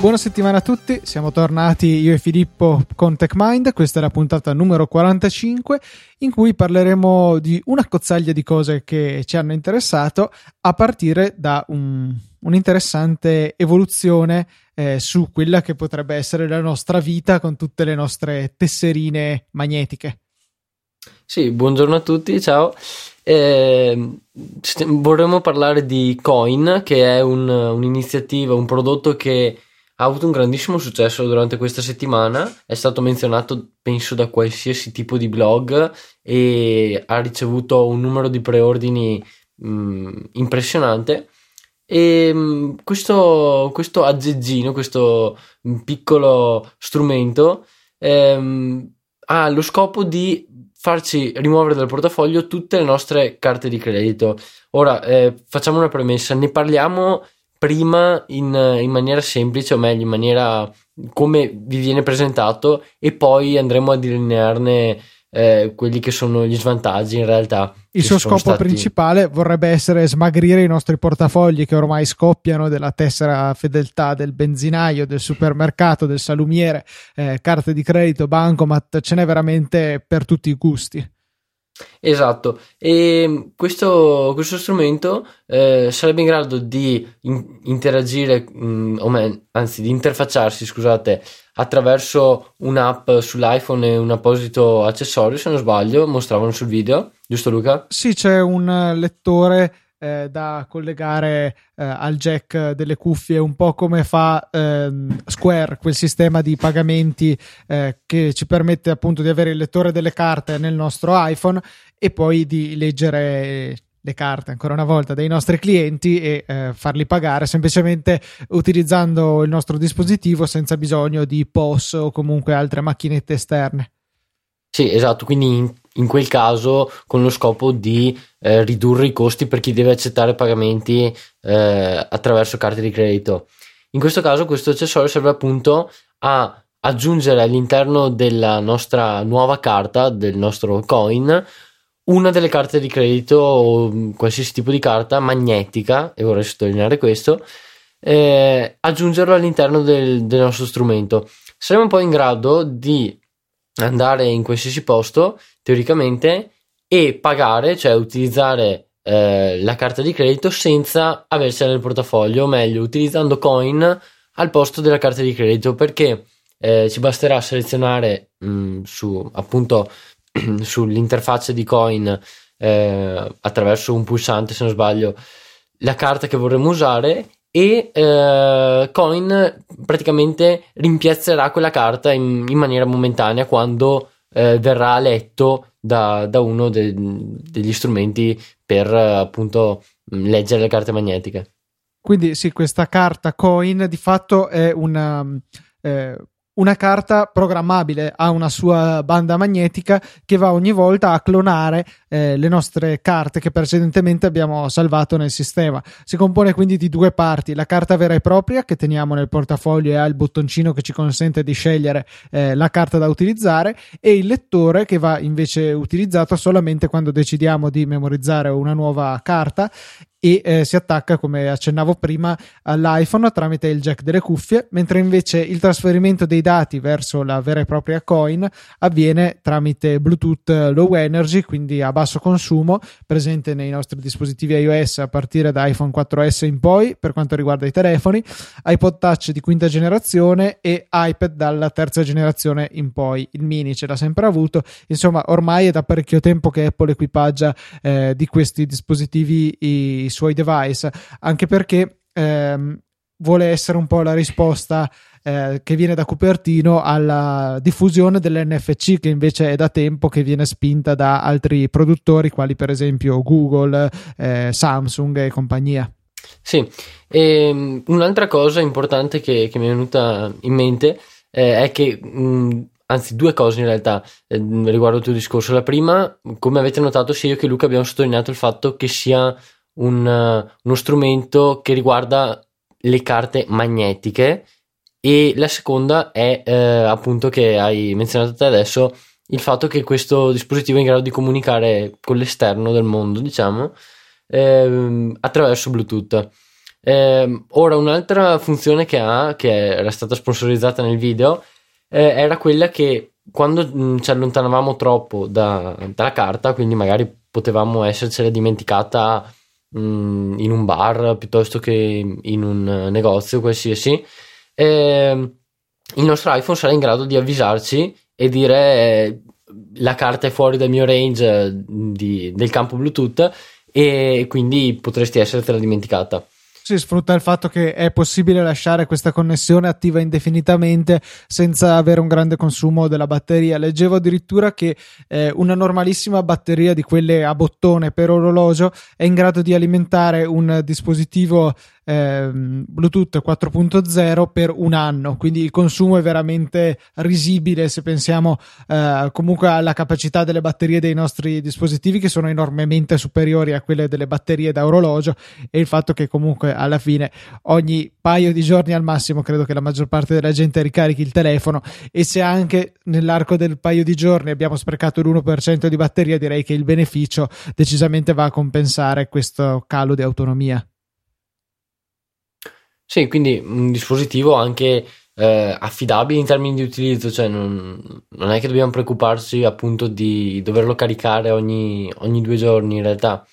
buona settimana a tutti, siamo tornati io e Filippo con TechMind, questa è la puntata numero 45 in cui parleremo di una cozzaglia di cose che ci hanno interessato a partire da un'interessante evoluzione su quella che potrebbe essere la nostra vita con tutte le nostre tesserine magnetiche. Sì, buongiorno a tutti, ciao. Vorremmo parlare di Coin, che è un'iniziativa, un prodotto che ha avuto un grandissimo successo durante questa settimana, è stato menzionato penso da qualsiasi tipo di blog e ha ricevuto un numero di preordini impressionante. E questo aggeggino, questo piccolo strumento ha lo scopo di farci rimuovere dal portafoglio tutte le nostre carte di credito. Ora facciamo una premessa, ne parliamo prima in maniera semplice, o meglio in maniera come vi viene presentato, e poi andremo a delinearne quelli che sono gli svantaggi in realtà. Il suo scopo principale vorrebbe essere smagrire i nostri portafogli che ormai scoppiano della tessera fedeltà del benzinaio, del supermercato, del salumiere, carte di credito, bancomat, ce n'è veramente per tutti i gusti. Esatto, e questo strumento sarebbe in grado di interagire, anzi di interfacciarsi, scusate, attraverso un'app sull'iPhone e un apposito accessorio, se non sbaglio, mostravano sul video, giusto Luca? Sì, c'è un lettore da collegare al jack delle cuffie, un po' come fa Square, quel sistema di pagamenti che ci permette appunto di avere il lettore delle carte nel nostro iPhone e poi di leggere le carte ancora una volta dei nostri clienti e farli pagare semplicemente utilizzando il nostro dispositivo senza bisogno di POS o comunque altre macchinette esterne. Sì, esatto, quindi in quel caso con lo scopo di ridurre i costi per chi deve accettare pagamenti attraverso carte di credito. In questo caso questo accessorio serve appunto a aggiungere all'interno della nostra nuova carta, del nostro coin, una delle carte di credito o qualsiasi tipo di carta magnetica, e vorrei sottolineare questo, aggiungerlo all'interno del nostro strumento. Saremo poi in grado di andare in qualsiasi posto teoricamente e pagare, cioè utilizzare la carta di credito senza avercela nel portafoglio, o meglio utilizzando Coin al posto della carta di credito, perché ci basterà selezionare sull'interfaccia di Coin attraverso un pulsante, se non sbaglio, la carta che vorremmo usare e Coin praticamente rimpiazzerà quella carta in maniera momentanea quando verrà letto da uno degli strumenti per appunto leggere le carte magnetiche. Quindi sì, questa carta Coin di fatto è una carta programmabile, ha una sua banda magnetica che va ogni volta a clonare le nostre carte che precedentemente abbiamo salvato nel sistema. Si compone quindi di due parti: la carta vera e propria che teniamo nel portafoglio e ha il bottoncino che ci consente di scegliere la carta da utilizzare, e il lettore che va invece utilizzato solamente quando decidiamo di memorizzare una nuova carta e si attacca, come accennavo prima, all'iPhone tramite il jack delle cuffie, mentre invece il trasferimento dei dati verso la vera e propria coin avviene tramite Bluetooth Low Energy, quindi a basso consumo, presente nei nostri dispositivi iOS a partire da iPhone 4S in poi per quanto riguarda i telefoni, iPod Touch di quinta generazione e iPad dalla terza generazione in poi. Il mini ce l'ha sempre avuto, insomma ormai è da parecchio tempo che Apple equipaggia di questi dispositivi i suoi device, anche perché vuole essere un po' la risposta che viene da Cupertino alla diffusione dell'NFC, che invece è da tempo che viene spinta da altri produttori quali per esempio Google, Samsung e compagnia. Sì, e un'altra cosa importante che mi è venuta in mente è che anzi due cose in realtà riguardo il tuo discorso. La prima, come avete notato sia io che Luca abbiamo sottolineato il fatto che sia uno strumento che riguarda le carte magnetiche, e la seconda è appunto, che hai menzionato te adesso, il fatto che questo dispositivo è in grado di comunicare con l'esterno del mondo, diciamo, attraverso Bluetooth. Ora, un'altra funzione che ha, che era stata sponsorizzata nel video, era quella che quando ci allontanavamo troppo dalla carta, quindi magari potevamo essercela dimenticata in un bar piuttosto che in un negozio qualsiasi, il nostro iPhone sarà in grado di avvisarci e dire la carta è fuori dal mio range del campo Bluetooth e quindi potresti essertela dimenticata. Si sfrutta il fatto che è possibile lasciare questa connessione attiva indefinitamente senza avere un grande consumo della batteria. Leggevo addirittura che una normalissima batteria di quelle a bottone per orologio è in grado di alimentare un dispositivo Bluetooth 4.0 per un anno, quindi il consumo è veramente risibile se pensiamo comunque alla capacità delle batterie dei nostri dispositivi, che sono enormemente superiori a quelle delle batterie da orologio, e il fatto che comunque alla fine ogni paio di giorni al massimo credo che la maggior parte della gente ricarichi il telefono, e se anche nell'arco del paio di giorni abbiamo sprecato l'1% di batteria, direi che il beneficio decisamente va a compensare questo calo di autonomia. Sì, quindi un dispositivo anche affidabile in termini di utilizzo, cioè non è che dobbiamo preoccuparci appunto di doverlo caricare ogni 2 giorni in realtà.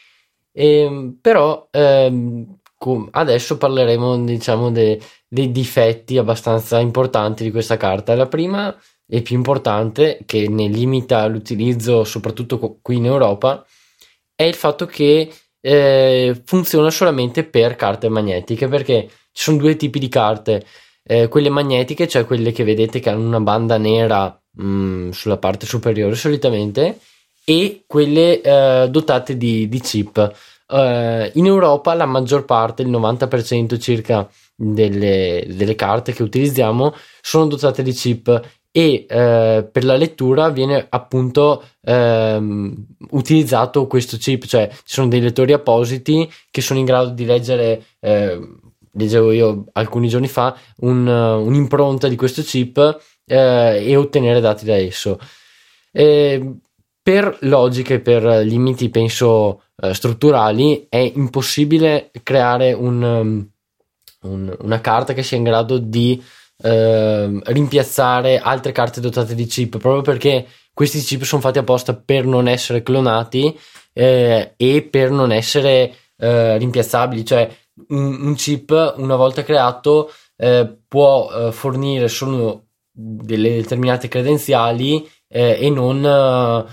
Però adesso parleremo, diciamo, dei difetti abbastanza importanti di questa carta. La prima e più importante, che ne limita l'utilizzo soprattutto qui in Europa, è il fatto che funziona solamente per carte magnetiche, perché ci sono due tipi di carte, quelle magnetiche, cioè quelle che vedete che hanno una banda nera sulla parte superiore solitamente, e quelle dotate di chip. In Europa la maggior parte, il 90% circa delle carte che utilizziamo sono dotate di chip, e per la lettura viene appunto utilizzato questo chip, cioè ci sono dei lettori appositi che sono in grado di leggere, leggevo io alcuni giorni fa, un'impronta di questo chip e ottenere dati da esso. Per logiche, per limiti penso strutturali, è impossibile creare una carta che sia in grado di rimpiazzare altre carte dotate di chip, proprio perché questi chip sono fatti apposta per non essere clonati e per non essere rimpiazzabili, cioè un chip una volta creato può fornire solo delle determinate credenziali e non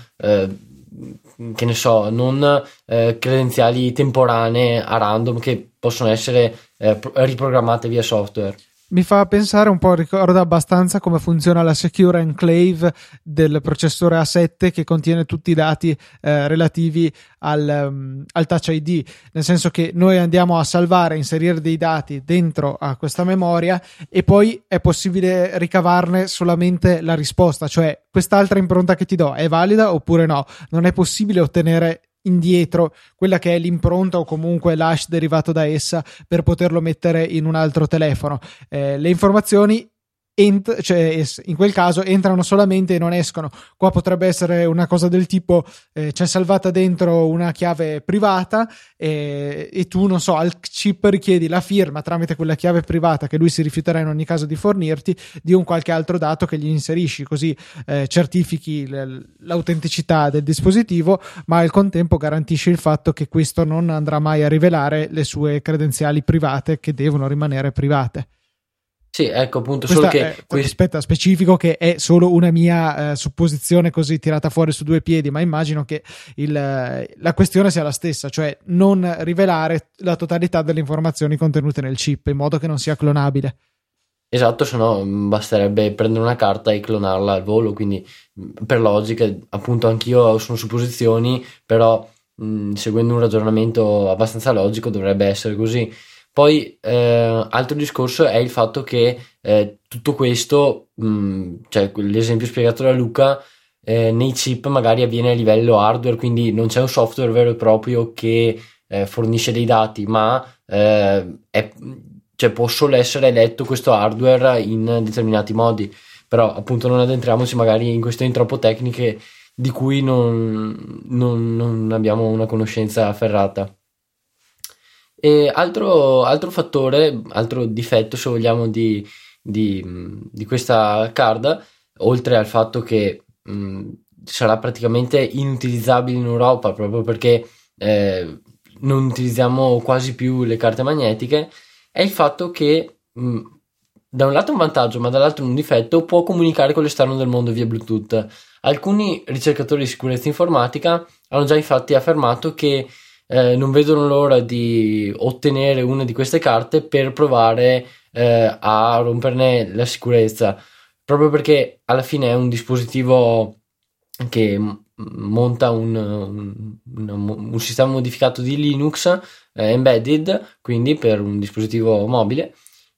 che ne so, non credenziali temporanee a random che possono essere riprogrammate via software. Mi fa pensare un po', ricorda abbastanza come funziona la Secure Enclave del processore A7, che contiene tutti i dati relativi al Touch ID, nel senso che noi andiamo a salvare, inserire dei dati dentro a questa memoria e poi è possibile ricavarne solamente la risposta, cioè quest'altra impronta che ti do è valida oppure no. Non è possibile ottenere indietro quella che è l'impronta o comunque l'hash derivato da essa per poterlo mettere in un altro telefono. Le informazioni cioè in quel caso entrano solamente e non escono. Qua potrebbe essere una cosa del tipo c'è salvata dentro una chiave privata e tu, non so, al chip richiedi la firma tramite quella chiave privata che lui si rifiuterà in ogni caso di fornirti di un qualche altro dato che gli inserisci, così certifichi l'autenticità del dispositivo, ma al contempo garantisci il fatto che questo non andrà mai a rivelare le sue credenziali private, che devono rimanere private. Sì, ecco appunto, Questa solo che aspetta, specifico che è solo una mia supposizione così tirata fuori su due piedi, ma immagino che la questione sia la stessa, cioè non rivelare la totalità delle informazioni contenute nel chip in modo che non sia clonabile. esatto, se no basterebbe prendere una carta e clonarla al volo, quindi per logica, appunto, anch'io sono supposizioni, però seguendo un ragionamento abbastanza logico dovrebbe essere così. Poi altro discorso è il fatto che tutto questo, cioè l'esempio spiegato da Luca, nei chip magari avviene a livello hardware, quindi non c'è un software vero e proprio che fornisce dei dati, ma cioè può solo essere letto questo hardware in determinati modi. Però appunto non addentriamoci magari in questioni troppo tecniche di cui non abbiamo una conoscenza afferrata. E altro fattore, altro difetto se vogliamo di questa card, oltre al fatto che sarà praticamente inutilizzabile in Europa proprio perché non utilizziamo quasi più le carte magnetiche, è il fatto che da un lato è un vantaggio ma dall'altro un difetto: può comunicare con l'esterno del mondo via Bluetooth. Alcuni ricercatori di sicurezza informatica hanno già infatti affermato che non vedono l'ora di ottenere una di queste carte per provare a romperne la sicurezza, proprio perché alla fine è un dispositivo che monta un sistema modificato di Linux embedded, quindi per un dispositivo mobile,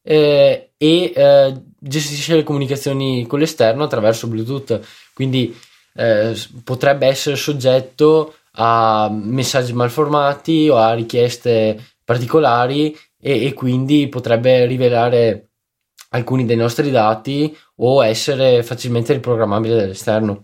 gestisce le comunicazioni con l'esterno attraverso Bluetooth, quindi potrebbe essere soggetto a messaggi malformati o a richieste particolari e quindi potrebbe rivelare alcuni dei nostri dati o essere facilmente riprogrammabile dall'esterno.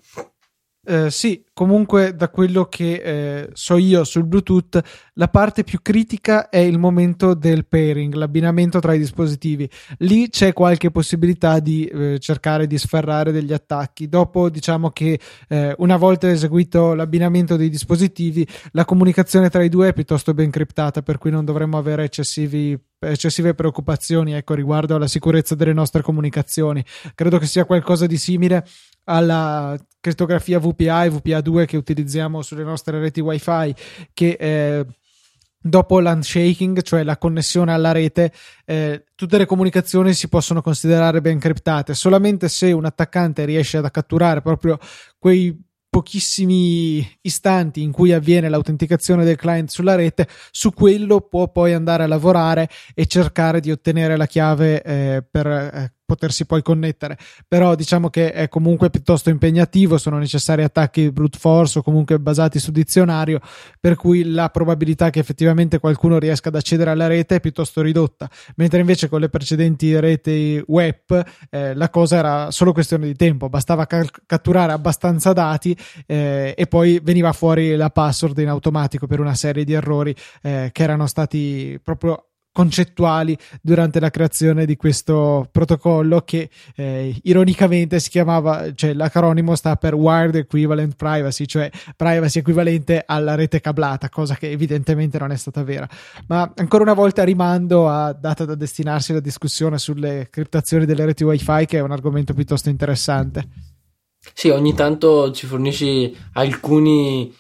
Sì, comunque da quello che so io sul Bluetooth, la parte più critica è il momento del pairing, l'abbinamento tra i dispositivi. Lì c'è qualche possibilità di cercare di sferrare degli attacchi. Dopo, diciamo che una volta eseguito l'abbinamento dei dispositivi, la comunicazione tra i due è piuttosto ben criptata, per cui non dovremmo avere eccessive preoccupazioni, ecco, riguardo alla sicurezza delle nostre comunicazioni. Credo che sia qualcosa di simile alla crittografia VPA e VPA2 che utilizziamo sulle nostre reti wifi, che dopo l'handshaking, cioè la connessione alla rete, tutte le comunicazioni si possono considerare ben criptate. Solamente se un attaccante riesce ad catturare proprio quei pochissimi istanti in cui avviene l'autenticazione del client sulla rete, su quello può poi andare a lavorare e cercare di ottenere la chiave per potersi poi connettere. Però diciamo che è comunque piuttosto impegnativo, sono necessari attacchi brute force o comunque basati su dizionario, per cui la probabilità che effettivamente qualcuno riesca ad accedere alla rete è piuttosto ridotta, mentre invece con le precedenti reti web la cosa era solo questione di tempo, bastava catturare abbastanza dati e poi veniva fuori la password in automatico per una serie di errori che erano stati proprio concettuali durante la creazione di questo protocollo, che ironicamente si chiamava, cioè l'acronimo sta per Wired Equivalent Privacy, cioè privacy equivalente alla rete cablata, cosa che evidentemente non è stata vera. Ma ancora una volta rimando a data da destinarsi la discussione sulle criptazioni delle reti wifi, che è un argomento piuttosto interessante. Sì, ogni tanto ci fornisci alcuni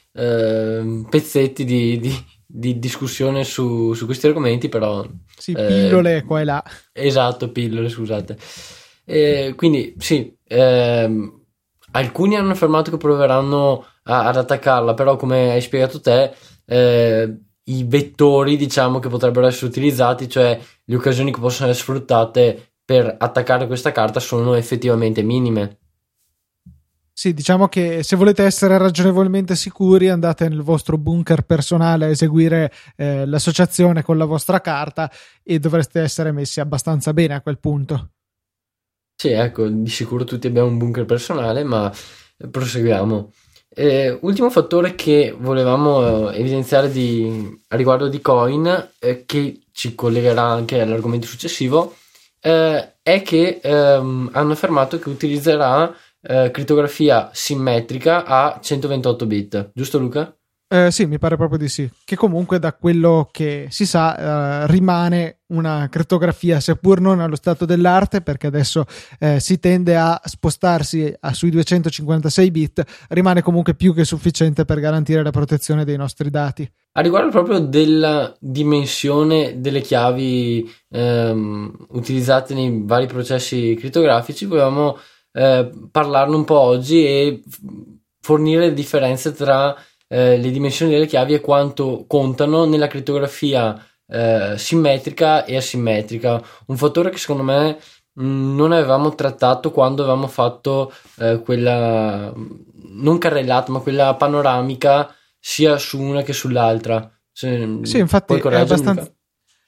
pezzetti di discussione su questi argomenti, però sì, pillole qua e là. Esatto, pillole, scusate. Quindi sì, alcuni hanno affermato che proveranno ad attaccarla, però come hai spiegato te, i vettori, diciamo, che potrebbero essere utilizzati, cioè le occasioni che possono essere sfruttate per attaccare questa carta, sono effettivamente minime. Sì, diciamo che se volete essere ragionevolmente sicuri, andate nel vostro bunker personale a eseguire l'associazione con la vostra carta e dovreste essere messi abbastanza bene a quel punto. Sì, ecco, di sicuro tutti abbiamo un bunker personale, ma proseguiamo. Ultimo fattore che volevamo evidenziare a riguardo di Coin, che ci collegherà anche all'argomento successivo, è che hanno affermato che utilizzerà crittografia simmetrica a 128 bit, giusto Luca? Sì, mi pare proprio di sì. Che comunque, da quello che si sa, rimane una crittografia, seppur non allo stato dell'arte, perché adesso si tende a spostarsi sui 256 bit, rimane comunque più che sufficiente per garantire la protezione dei nostri dati. A riguardo proprio della dimensione delle chiavi utilizzate nei vari processi crittografici, volevamo parlarne un po' oggi e fornire le differenze tra le dimensioni delle chiavi e quanto contano nella crittografia simmetrica e asimmetrica, un fattore che secondo me non avevamo trattato quando avevamo fatto quella non carrellata ma quella panoramica sia su una che sull'altra. Sì, infatti è abbastanza...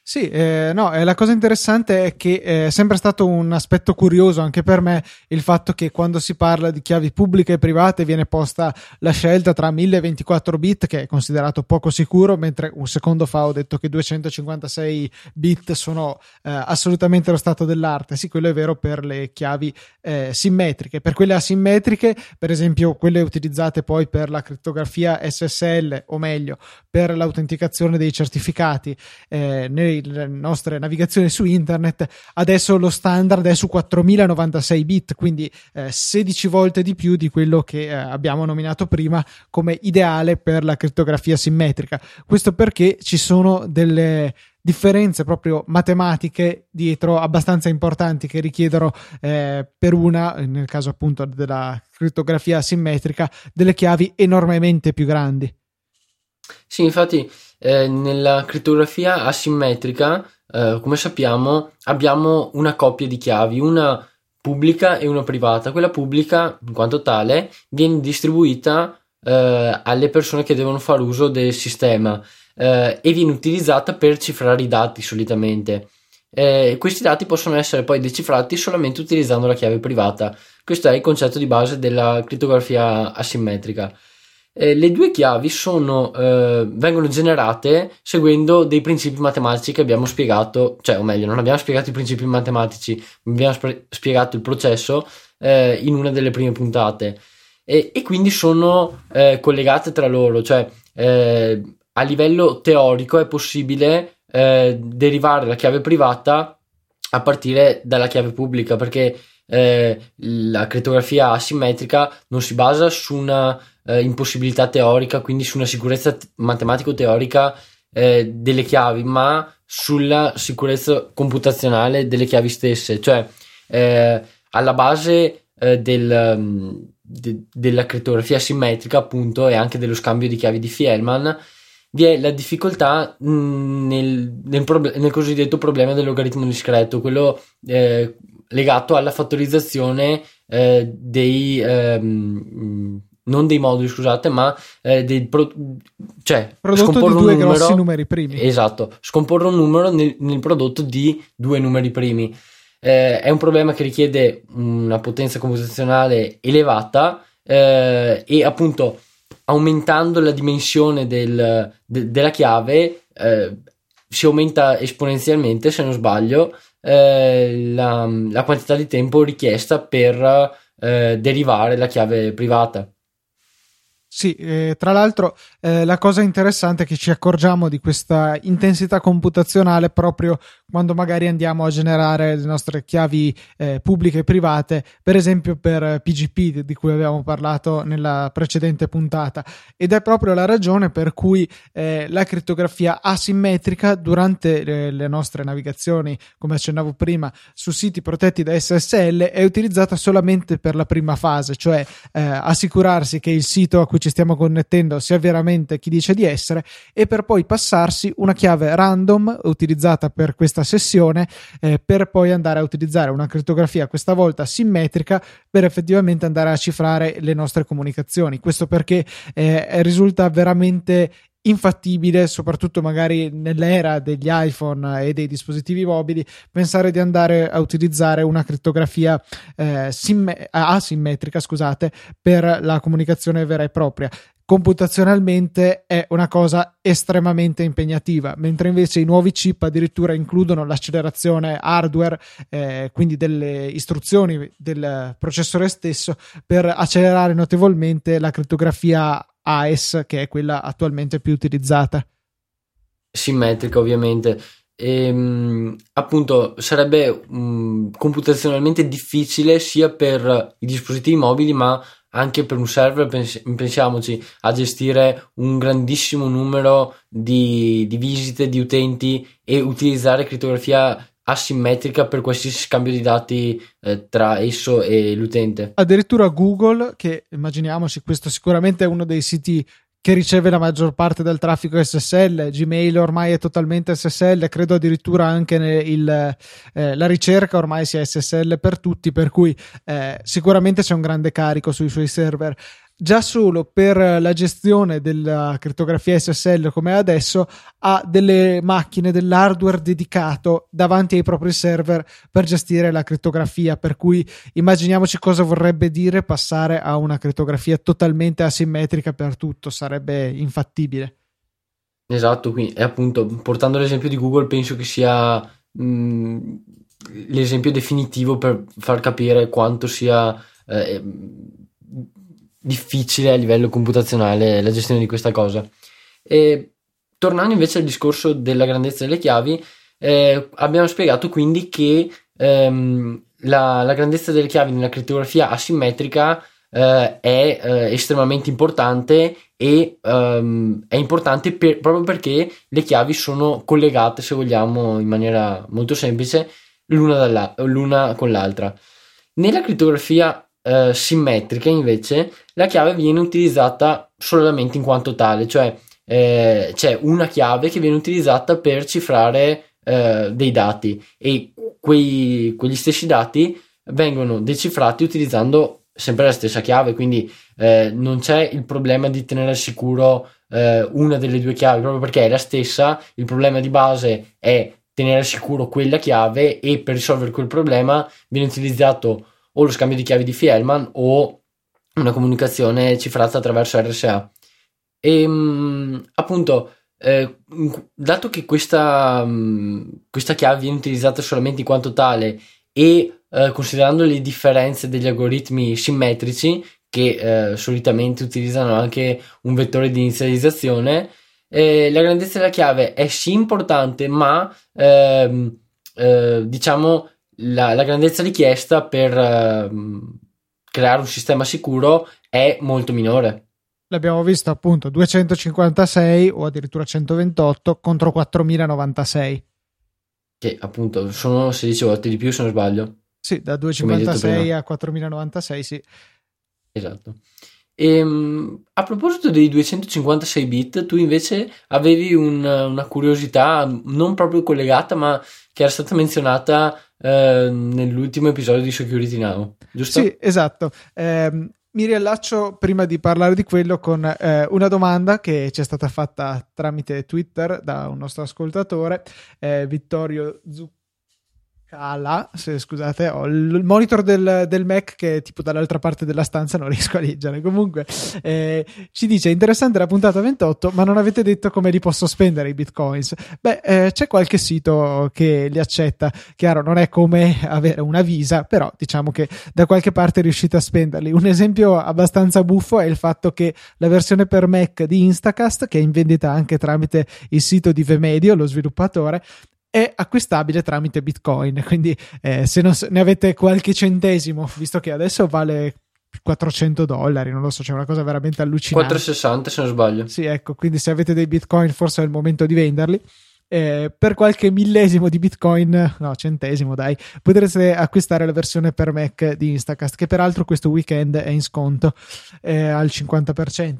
Sì, no, la cosa interessante è che è sempre stato un aspetto curioso anche per me il fatto che quando si parla di chiavi pubbliche e private viene posta la scelta tra 1024 bit, che è considerato poco sicuro, mentre un secondo fa ho detto che 256 bit sono assolutamente lo stato dell'arte. Sì, quello è vero per le chiavi simmetriche. Per quelle asimmetriche, per esempio quelle utilizzate poi per la crittografia SSL, o meglio, per l'autenticazione dei certificati nelle nostre navigazioni su internet, adesso lo standard è su 4096 bit, quindi 16 volte di più di quello che abbiamo nominato prima come ideale per la crittografia simmetrica. Questo perché ci sono delle differenze proprio matematiche dietro abbastanza importanti che richiedono per una, nel caso appunto della crittografia asimmetrica, delle chiavi enormemente più grandi. Sì, infatti nella crittografia asimmetrica, come sappiamo, abbiamo una coppia di chiavi, una pubblica e una privata. Quella pubblica, in quanto tale, viene distribuita alle persone che devono fare uso del sistema e viene utilizzata per cifrare i dati solitamente. Questi dati possono essere poi decifrati solamente utilizzando la chiave privata. Questo è il concetto di base della crittografia asimmetrica. Le due chiavi vengono generate seguendo dei principi matematici che abbiamo spiegato, cioè, o meglio, non abbiamo spiegato i principi matematici, abbiamo spiegato il processo in una delle prime puntate, e quindi sono collegate tra loro, cioè a livello teorico è possibile derivare la chiave privata a partire dalla chiave pubblica, perché la crittografia asimmetrica non si basa su una impossibilità teorica, quindi su una sicurezza matematico-teorica delle chiavi, ma sulla sicurezza computazionale delle chiavi stesse. Cioè alla base della crittografia asimmetrica, appunto, e anche dello scambio di chiavi di Fielman, vi è la difficoltà nel cosiddetto problema dell'logaritmo discreto, quello legato alla fattorizzazione non dei moduli, scusate, ma cioè prodotto di due grossi numeri primi. Esatto, scomporre un numero nel prodotto di due numeri primi. È un problema che richiede una potenza computazionale elevata e appunto aumentando la dimensione della chiave si aumenta esponenzialmente, se non sbaglio, la quantità di tempo richiesta per derivare la chiave privata. Sì, tra l'altro la cosa interessante è che ci accorgiamo di questa intensità computazionale proprio quando magari andiamo a generare le nostre chiavi pubbliche e private, per esempio per PGP, di cui avevamo parlato nella precedente puntata, ed è proprio la ragione per cui la crittografia asimmetrica durante le nostre navigazioni, come accennavo prima, su siti protetti da SSL è utilizzata solamente per la prima fase, cioè assicurarsi che il sito a cui ci stiamo connettendo sia veramente chi dice di essere, e per poi passarsi una chiave random utilizzata per questa sessione per poi andare a utilizzare una crittografia questa volta simmetrica per effettivamente andare a cifrare le nostre comunicazioni. Questo perché risulta veramente infattibile, soprattutto magari nell'era degli iPhone e dei dispositivi mobili, pensare di andare a utilizzare una crittografia asimmetrica, scusate, per la comunicazione vera e propria. Computazionalmente è una cosa estremamente impegnativa, mentre invece i nuovi chip addirittura includono l'accelerazione hardware, quindi delle istruzioni del processore stesso, per accelerare notevolmente la crittografia AES, che è quella attualmente più utilizzata. Simmetrica, ovviamente. Appunto sarebbe computazionalmente difficile sia per i dispositivi mobili, ma anche per un server. Pensiamoci a gestire un grandissimo numero di visite di utenti e utilizzare crittografia asimmetrica per qualsiasi scambio di dati tra esso e l'utente. Addirittura Google, che immaginiamoci, questo sicuramente è uno dei siti che riceve la maggior parte del traffico SSL, Gmail ormai è totalmente SSL, credo addirittura anche la ricerca ormai sia SSL per tutti, per cui sicuramente c'è un grande carico sui suoi server. già solo per la gestione della crittografia SSL come è adesso ha delle macchine, dell'hardware dedicato davanti ai propri server per gestire la crittografia, per cui immaginiamoci cosa vorrebbe dire passare a una crittografia totalmente asimmetrica per tutto, sarebbe infattibile. Esatto, quindi e appunto portando l'esempio di Google penso che sia l'esempio definitivo per far capire quanto sia difficile a livello computazionale la gestione di questa cosa. E tornando invece al discorso della grandezza delle chiavi, abbiamo spiegato quindi che la grandezza delle chiavi nella crittografia asimmetrica è estremamente importante e è importante proprio perché le chiavi sono collegate, se vogliamo, in maniera molto semplice l'una con l'altra. Nella crittografia simmetrica invece la chiave viene utilizzata solamente in quanto tale, cioè c'è una chiave che viene utilizzata per cifrare dei dati e quegli stessi dati vengono decifrati utilizzando sempre la stessa chiave, quindi non c'è il problema di tenere al sicuro una delle due chiavi, proprio perché è la stessa. Il problema di base è tenere al sicuro quella chiave e per risolvere quel problema viene utilizzato o lo scambio di chiavi di Fielman o una comunicazione cifrata attraverso RSA. E appunto dato che questa chiave viene utilizzata solamente in quanto tale e considerando le differenze degli algoritmi simmetrici che solitamente utilizzano anche un vettore di inizializzazione, la grandezza della chiave è sì importante, ma diciamo la grandezza richiesta per creare un sistema sicuro è molto minore. L'abbiamo visto appunto 256 o addirittura 128 contro 4096. Che appunto sono 16 volte di più, se non sbaglio. Sì, da 256 a 4096, sì. Esatto. A proposito dei 256 bit, tu invece avevi una curiosità non proprio collegata, ma che era stata menzionata nell'ultimo episodio di Security Now, giusto? Sì, esatto. Mi riallaccio prima di parlare di quello con una domanda che ci è stata fatta tramite Twitter da un nostro ascoltatore, Vittorio Zuccala. Scusate, ho il monitor del Mac che è tipo dall'altra parte della stanza, non riesco a leggere. Comunque ci dice: interessante la puntata 28, ma non avete detto come li posso spendere i bitcoins. Beh, c'è qualche sito che li accetta. Chiaro, non è come avere una Visa, però diciamo che da qualche parte riuscite a spenderli. Un esempio abbastanza buffo è il fatto che la versione per Mac di Instacast, che è in vendita anche tramite il sito di Vemedio, lo sviluppatore, è acquistabile tramite Bitcoin. Quindi se ne avete qualche centesimo, visto che adesso vale $400, non lo so, c'è una cosa veramente allucinante. 4,60 se non sbaglio. Sì, ecco, quindi se avete dei Bitcoin forse è il momento di venderli. Per qualche millesimo di Bitcoin, no, centesimo dai, potrete acquistare la versione per Mac di Instacast, che peraltro questo weekend è in sconto al 50%.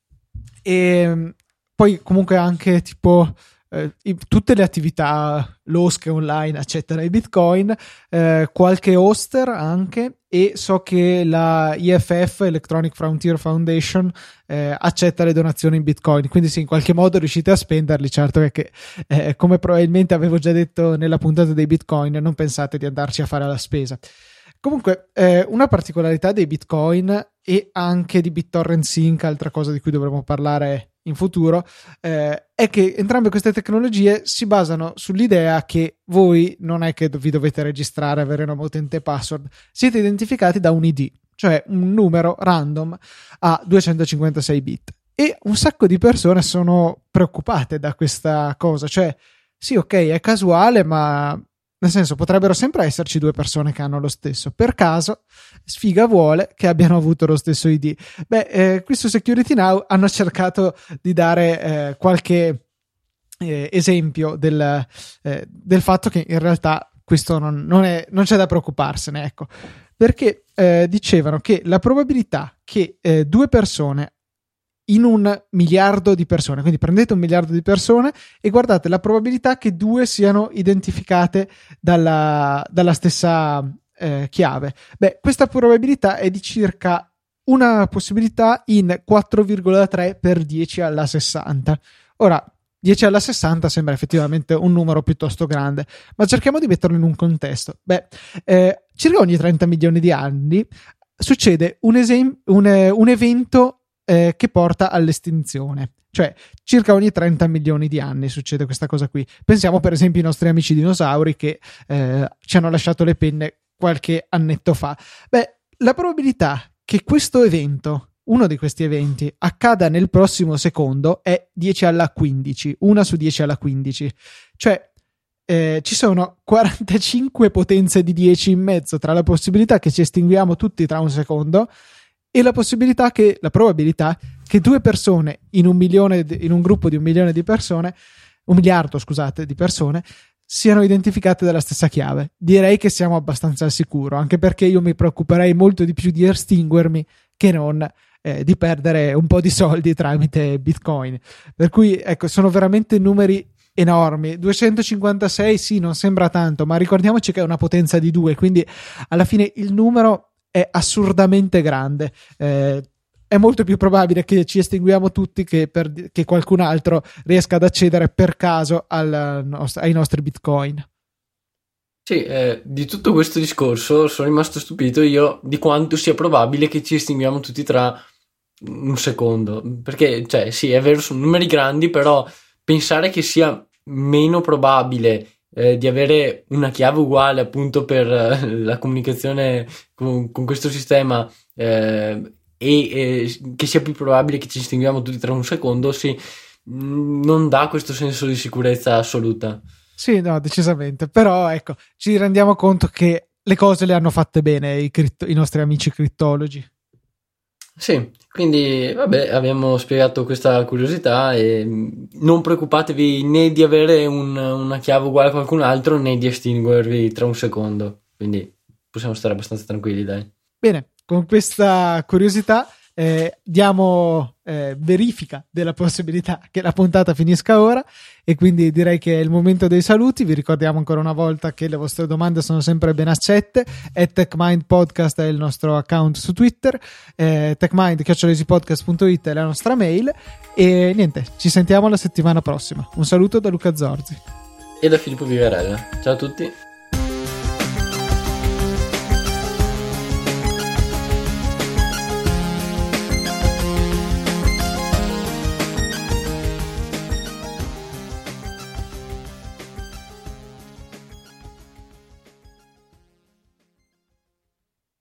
E poi comunque anche tipo tutte le attività losche online accettano i bitcoin, qualche hoster anche, e so che la EFF, Electronic Frontier Foundation, accetta le donazioni in bitcoin, quindi sì, in qualche modo riuscite a spenderli. Certo è che come probabilmente avevo già detto nella puntata dei bitcoin, non pensate di andarci a fare la spesa. Comunque una particolarità dei bitcoin e anche di BitTorrent Sync, altra cosa di cui dovremo parlare in futuro, è che entrambe queste tecnologie si basano sull'idea che voi non è che vi dovete registrare, avere una utente password, siete identificati da un ID, cioè un numero random a 256 bit, e un sacco di persone sono preoccupate da questa cosa. Cioè sì, ok, è casuale, ma nel senso, potrebbero sempre esserci due persone che hanno lo stesso. Per caso, sfiga vuole che abbiano avuto lo stesso ID. Beh, qui su Security Now hanno cercato di dare qualche esempio del fatto che in realtà questo non c'è da preoccuparsene, ecco. Perché dicevano che la probabilità che due persone in 1 miliardo di persone, quindi prendete 1 miliardo di persone e guardate la probabilità che due siano identificate dalla stessa chiave. Beh, questa probabilità è di circa una possibilità in 4,3 per 10 alla 60. Ora, 10 alla 60 sembra effettivamente un numero piuttosto grande, ma cerchiamo di metterlo in un contesto. Circa ogni 30 milioni di anni succede un evento che porta all'estinzione. Cioè, circa ogni 30 milioni di anni succede questa cosa qui. Pensiamo per esempio ai nostri amici dinosauri che ci hanno lasciato le penne qualche annetto fa. La probabilità che questo evento, uno di questi eventi, accada nel prossimo secondo è 10 alla 15, 1 su 10 alla 15. Cioè, ci sono 45 potenze di 10 in mezzo tra la possibilità che ci estinguiamo tutti tra un secondo e la probabilità che due persone in un gruppo di 1 milione di persone, 1 miliardo, scusate, di persone, siano identificate dalla stessa chiave. Direi che siamo abbastanza al sicuro, anche perché io mi preoccuperei molto di più di estinguermi che non di perdere un po' di soldi tramite Bitcoin. Per cui, ecco, sono veramente numeri enormi. 256 sì, non sembra tanto, ma ricordiamoci che è una potenza di 2, quindi alla fine il numero è assurdamente grande. È molto più probabile che ci estinguiamo tutti che qualcun altro riesca ad accedere per caso ai nostri Bitcoin. Sì, di tutto questo discorso sono rimasto stupito io di quanto sia probabile che ci estinguiamo tutti tra un secondo, perché cioè sì, è vero, sono numeri grandi, però pensare che sia meno probabile di avere una chiave uguale appunto per la comunicazione con questo sistema e che sia più probabile che ci estinguiamo tutti tra un secondo, sì, non dà questo senso di sicurezza assoluta. Sì, no, decisamente, però ecco, ci rendiamo conto che le cose le hanno fatte bene i nostri amici crittologi. Sì, quindi vabbè, abbiamo spiegato questa curiosità e non preoccupatevi né di avere una chiave uguale a qualcun altro né di estinguervi tra un secondo, quindi possiamo stare abbastanza tranquilli, dai. Bene, con questa curiosità diamo verifica della possibilità che la puntata finisca ora e quindi direi che è il momento dei saluti. Vi ricordiamo ancora una volta che le vostre domande sono sempre ben accette. @TechMind Podcast è il nostro account su Twitter, techmind@easypodcast.it è la nostra mail e niente, ci sentiamo la settimana prossima. Un saluto da Luca Zorzi E da Filippo Vigarella. Ciao a tutti.